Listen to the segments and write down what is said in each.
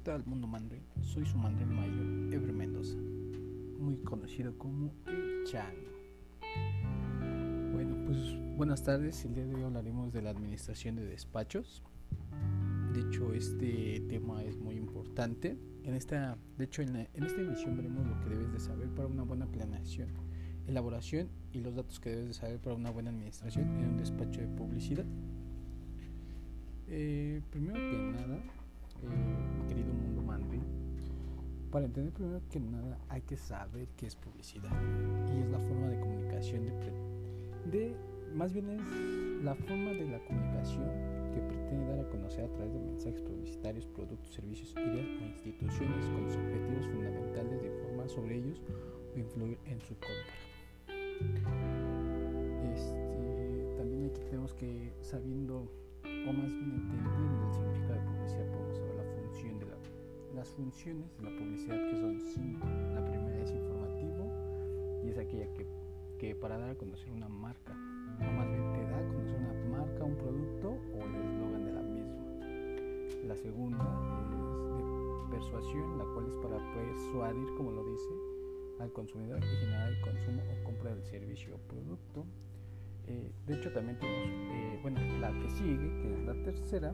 tal, mundo mandril? Soy su mandril mayor, Ever Mendoza, muy conocido como el Chango. Bueno, pues buenas tardes. El día de hoy hablaremos de la administración de despachos. De hecho, este tema es muy importante. En esta emisión veremos lo que debes de saber para una buena planeación, elaboración y los datos que debes de saber para una buena administración en un despacho de publicidad. Primero que nada, mi querido mundo mandril, para entender primero que nada hay que saber qué es publicidad, y es la forma de comunicación más bien es la forma de la comunicación que pretende dar a conocer a través de mensajes publicitarios, productos, servicios, ideas o instituciones con los objetivos fundamentales de informar sobre ellos o influir en su compra. También aquí tenemos que, sabiendo o más bien entendiendo el significado de publicidad, podemos saber las funciones de la publicidad, que son 5. La primera es informativo, y es aquella que para dar a conocer una marca, o más bien te da a conocer una marca, un producto o el eslogan de la misma. La segunda es de persuasión, la cual es para persuadir, como lo dice, al consumidor y generar el consumo o compra del servicio o producto. De hecho, también tenemos la que sigue, que es la tercera,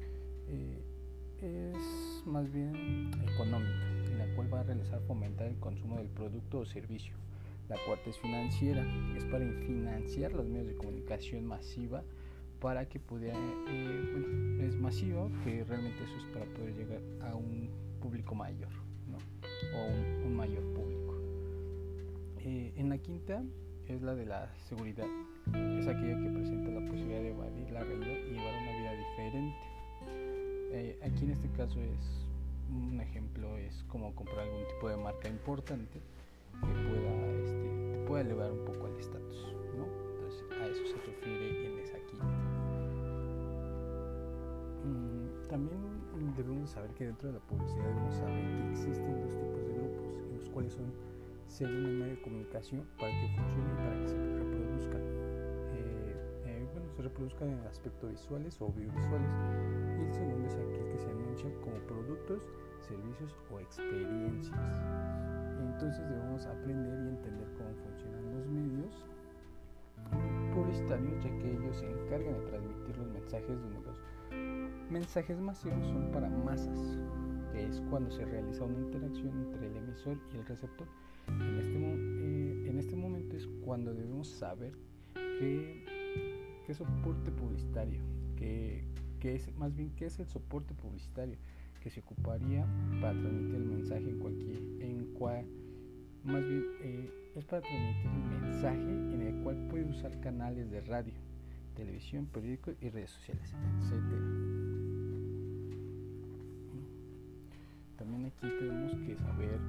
es más bien económica, en la cual va a realizar fomentar el consumo del producto o servicio. La cuarta es financiera, es para financiar los medios de comunicación masiva para que pudiera, es masivo, que realmente eso es para poder llegar a un público mayor, ¿no? O un mayor público. En la quinta es la de la seguridad, es aquella que presenta la posibilidad de evadir la realidad y llevar una vida diferente. Aquí en este caso es un ejemplo, es como comprar algún tipo de marca importante que te pueda elevar un poco al estatus, ¿no? Entonces a eso se refiere en esa quinta. También debemos saber que dentro de la publicidad debemos saber que existen dos tipos de grupos, en los cuales son según el medio de comunicación, para que funcione y para que se reproduzcan. Se reproduzcan en aspectos visuales o audiovisuales, y el segundo es aquel que se anuncia como productos, servicios o experiencias. Entonces debemos aprender y entender cómo funcionan los medios publicitarios, ya que ellos se encargan de transmitir los mensajes, donde los mensajes masivos son para masas, que es cuando se realiza una interacción entre el emisor y el receptor. En este momento es cuando debemos saber qué soporte publicitario, qué es el soporte publicitario que se ocuparía para transmitir el mensaje es para transmitir el mensaje en el cual puede usar canales de radio, televisión, periódicos y redes sociales, etc. También aquí tenemos que saber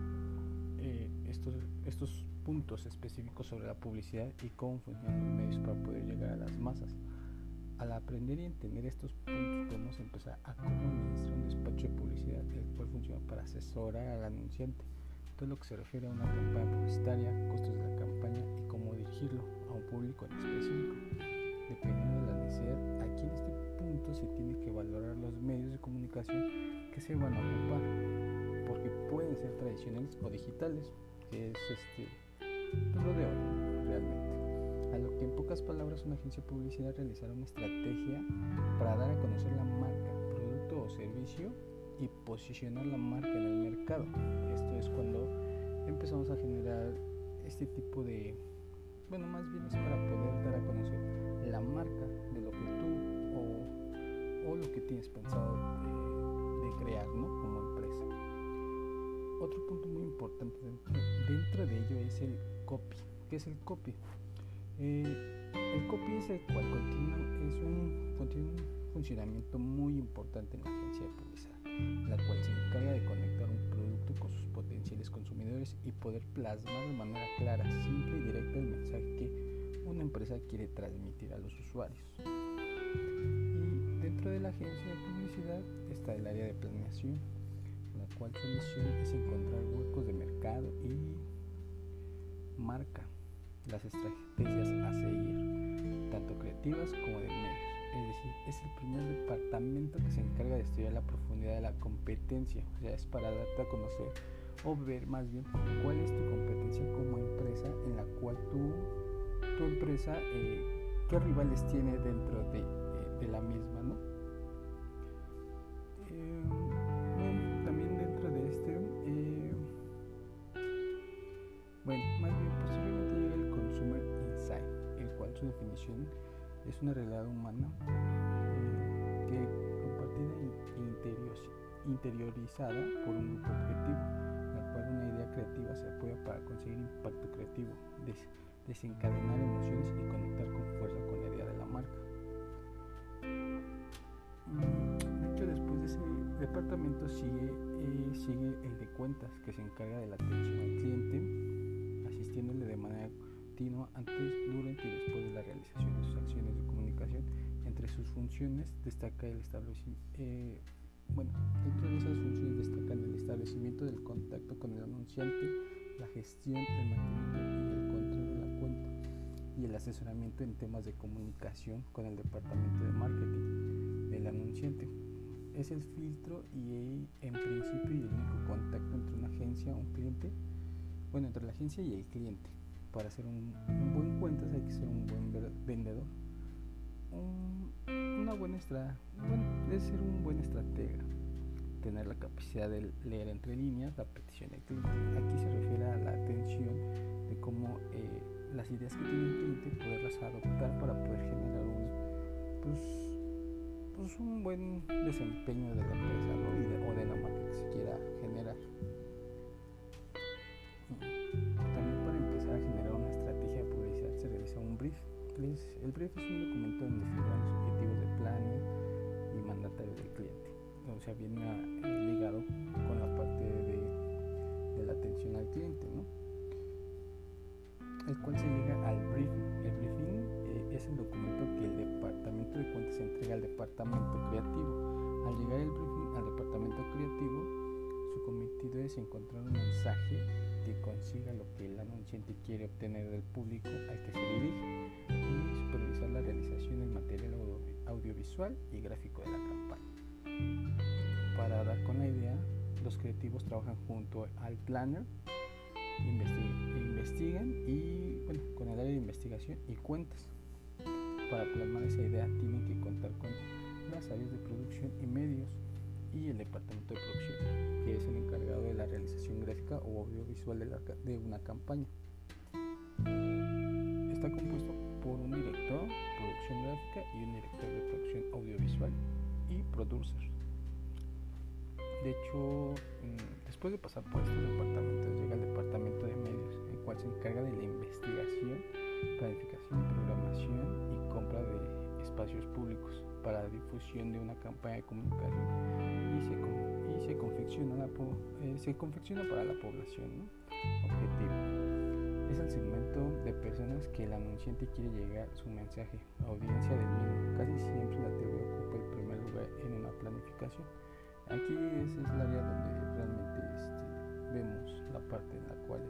estos puntos específicos sobre la publicidad y cómo funcionan los medios para poder llegar a las masas. Al aprender y entender estos puntos, podemos empezar a cómo administrar un despacho de publicidad, el cual funciona para asesorar al anunciante todo lo que se refiere a una campaña publicitaria, costos de la campaña y cómo dirigirlo a un público en específico. Dependiendo de la necesidad, aquí en este punto se tiene que valorar los medios de comunicación que se van a ocupar, porque pueden ser tradicionales o digitales, que es lo de hoy realmente. A lo que en pocas palabras una agencia de publicidad realizará una estrategia para dar a conocer la marca, producto o servicio y posicionar la marca en el mercado. Esto es cuando empezamos a generar este tipo de, más bien es para poder dar a conocer la marca de lo que tú o lo que tienes pensado de crear, ¿no? Como empresa. Otro punto muy importante dentro de ello es el copy. ¿Qué es el copy? El copy es el cual contiene un funcionamiento muy importante en la agencia de publicidad, la cual se encarga de conectar un producto con sus potenciales consumidores y poder plasmar de manera clara, simple y directa el mensaje que una empresa quiere transmitir a los usuarios. Y dentro de la agencia de publicidad está el área de planeación, la cual su misión es encontrar huecos de mercado y marca las estrategias a seguir, tanto creativas como de medios, es decir, es el primer departamento que se encarga de estudiar la profundidad de la competencia, o sea, es para darte a conocer o ver más bien cuál es tu competencia como empresa, en la cual tu empresa, qué rivales tiene dentro de la misma, ¿no? Bueno, también dentro de más bien posteriormente llega el Consumer Insight, el cual su definición es una realidad humana que compartida e interiorizada por un grupo objetivo, la cual una idea creativa se apoya para conseguir impacto creativo, desencadenar emociones y conectar con fuerza con la idea de la marca. De hecho, después de ese departamento sigue el de cuentas, que se encarga de la atención al cliente, asistiéndole de manera continua antes, durante y después de la realización de sus acciones de comunicación. Entre sus funciones destaca el establecimiento, dentro de esas funciones destacan el establecimiento del contacto con el anunciante, la gestión, el mantenimiento y el control de la cuenta, y el asesoramiento en temas de comunicación con el departamento de marketing del anunciante. Es el filtro y en principio y el único contacto entre una agencia, un cliente, entre la agencia y el cliente. Para hacer un buen cuentas hay que ser un buen vendedor, debe ser un buen estratega, tener la capacidad de leer entre líneas la petición del cliente. Aquí se refiere a la atención de cómo las ideas que tiene el cliente, poderlas adoptar para poder generar un buen desempeño de la empresa, ¿no? o de la marca que se quiera generar. También para empezar a generar una estrategia de publicidad se realiza un brief. El brief es un documento donde figuran los objetivos de planes y mandatarios del cliente. O sea, viene ligado con la parte de la atención al cliente, ¿no? El cual se llega al briefing. El briefing es el documento que el departamento de cuentas entrega al departamento creativo. Al llegar el briefing al departamento creativo, su cometido es encontrar un mensaje que consiga lo que el anunciante quiere obtener del público al que se dirige y supervisar la realización del material audiovisual y gráfico de la campaña. Para dar con la idea, los creativos trabajan junto al planner, investigan con el área de investigación y cuentas. Para plasmar esa idea tienen que contar con las áreas de producción y medios y el departamento de producción, que es el encargado de la realización gráfica o audiovisual de una campaña. Está compuesto por un director de producción gráfica y un director de producción audiovisual y producer. De hecho, después de pasar por estos departamentos llega el departamento de medios, el cual se encarga de la investigación, planificación, programación y compra de espacios públicos para la difusión de una campaña de comunicación y se confecciona para la población, ¿no? objetivo. Es el segmento de personas que el anunciante quiere llegar su mensaje, audiencia del mismo. Casi siempre la TV ocupa el primer lugar en una planificación. Aquí ese es el área donde realmente vemos la parte en la cual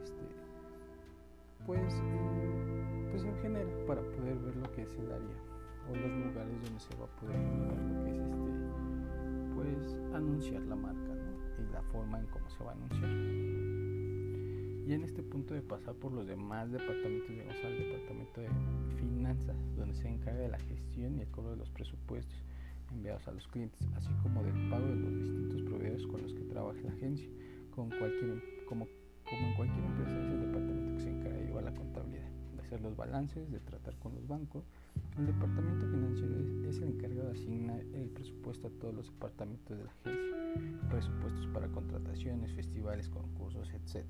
se genera para poder ver lo que es el área o los lugares donde se va a poder generar lo que es anunciar la marca, ¿no? Y la forma en cómo se va a anunciar. Y en este punto de pasar por los demás departamentos llegamos al departamento de finanzas, donde se encarga de la gestión y el cobro de los presupuestos enviados a los clientes, así como del pago de los distintos proveedores con los que trabaja la agencia. Como en cualquier empresa, es el departamento que se encarga de llevar la contabilidad, de hacer los balances, de tratar con los bancos. El departamento financiero es el encargado de asignar el presupuesto a todos los departamentos de la agencia, presupuestos para contrataciones, festivales, concursos, etc.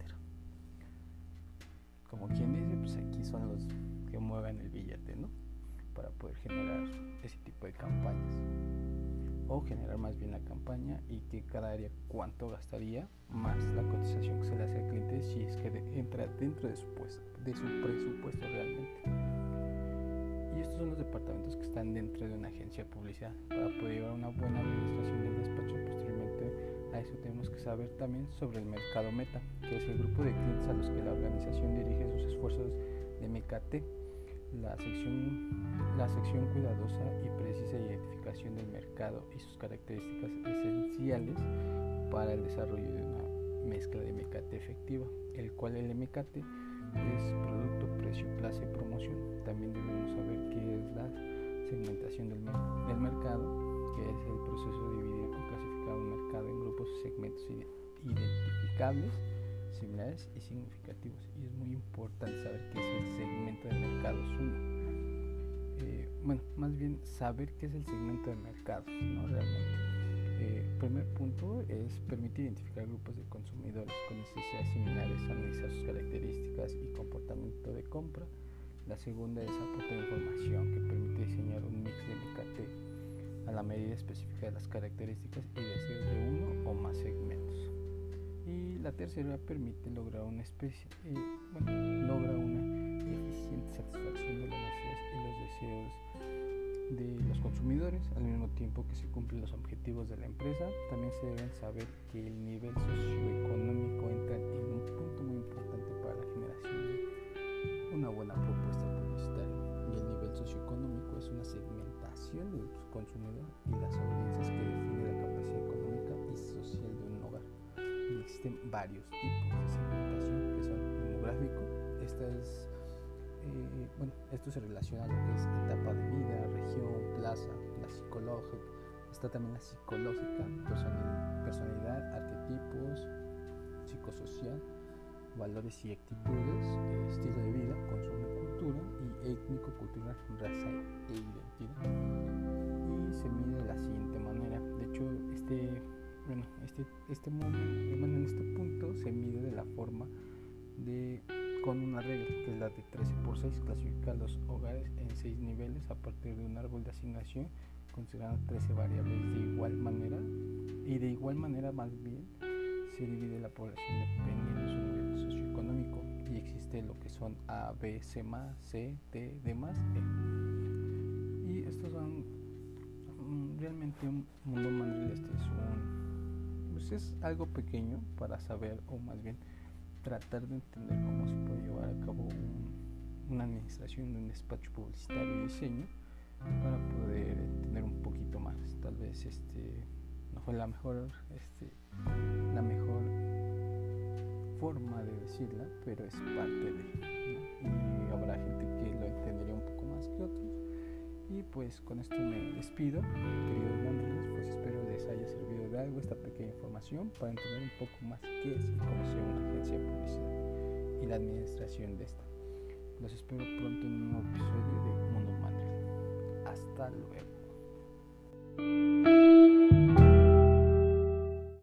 Como quien dice, pues aquí son los que mueven el billete, ¿no? Para poder generar ese tipo de campañas, o generar más bien la campaña y que cada área cuánto gastaría, más la cotización que se le hace al cliente si es que entra dentro de su presupuesto realmente. Y estos son los departamentos que están dentro de una agencia de publicidad. Para poder llevar una buena administración del despacho, posteriormente a eso tenemos que saber también sobre el mercado meta, que es el grupo de clientes a los que la organización dirige sus esfuerzos de MKT. la sección cuidadosa y precisa identificación del mercado y sus características esenciales para el desarrollo de una mezcla de MCAT efectiva, el cual el MCAT es producto, precio, plaza y promoción. También debemos saber qué es la segmentación del mercado, que es el proceso de dividir o clasificar un mercado en grupos y segmentos identificables, similares y significativos. Y es muy importante saber qué es el segmento del mercado más bien saber qué es el segmento de mercado, ¿no? Realmente. Primer punto es permitir identificar grupos de consumidores con necesidades similares, analizar sus características y comportamiento de compra. La segunda es aportar información que permite diseñar un mix de MCAT a la medida específica de las características y deseos de uno o más segmentos. Y la tercera permite lograr una eficiente satisfacción de las necesidades y los deseos de los consumidores, al mismo tiempo que se cumplen los objetivos de la empresa. También se deben saber que el nivel socioeconómico entra en un punto muy importante para la generación de una buena propuesta publicitaria, y el nivel socioeconómico es una segmentación del consumidor y las audiencias que define la capacidad económica y social de un hogar. Y existen varios tipos de segmentación, que son demográfico. Esto se relaciona a lo que es etapa de vida, región, plaza. La psicológica, está también la psicológica, personalidad, arquetipos, psicosocial, valores y actitudes, estilo de vida, consumo y cultura, y étnico, cultural, raza e identidad. Y se mide de la siguiente manera. De hecho, en este punto se mide de la forma con una regla, que es la de 13x6, clasifica los hogares en 6 niveles a partir de un árbol de asignación, considerando 13 variables de igual manera más bien se divide la población dependiendo de su nivel socioeconómico, y existe lo que son A, B, C+, C, D, D+, E. Y estos son realmente un Mundo Mandril. Es algo pequeño para saber, o más bien tratar de entender cómo se puede llevar a cabo una administración de un despacho publicitario y diseño, para poder entender un poquito más. Tal vez no fue la mejor forma de decirla, pero es parte de, ¿no? Y habrá gente que lo entendería un poco más que otros. Y pues con esto me despido, queridos mandriles. Pues espero les haya servido de algo esta pequeña información para entender un poco más qué es y cómo se llama una agencia de publicidad y la administración de esta. Los espero pronto en un nuevo episodio de Mundo Mandril. Hasta luego.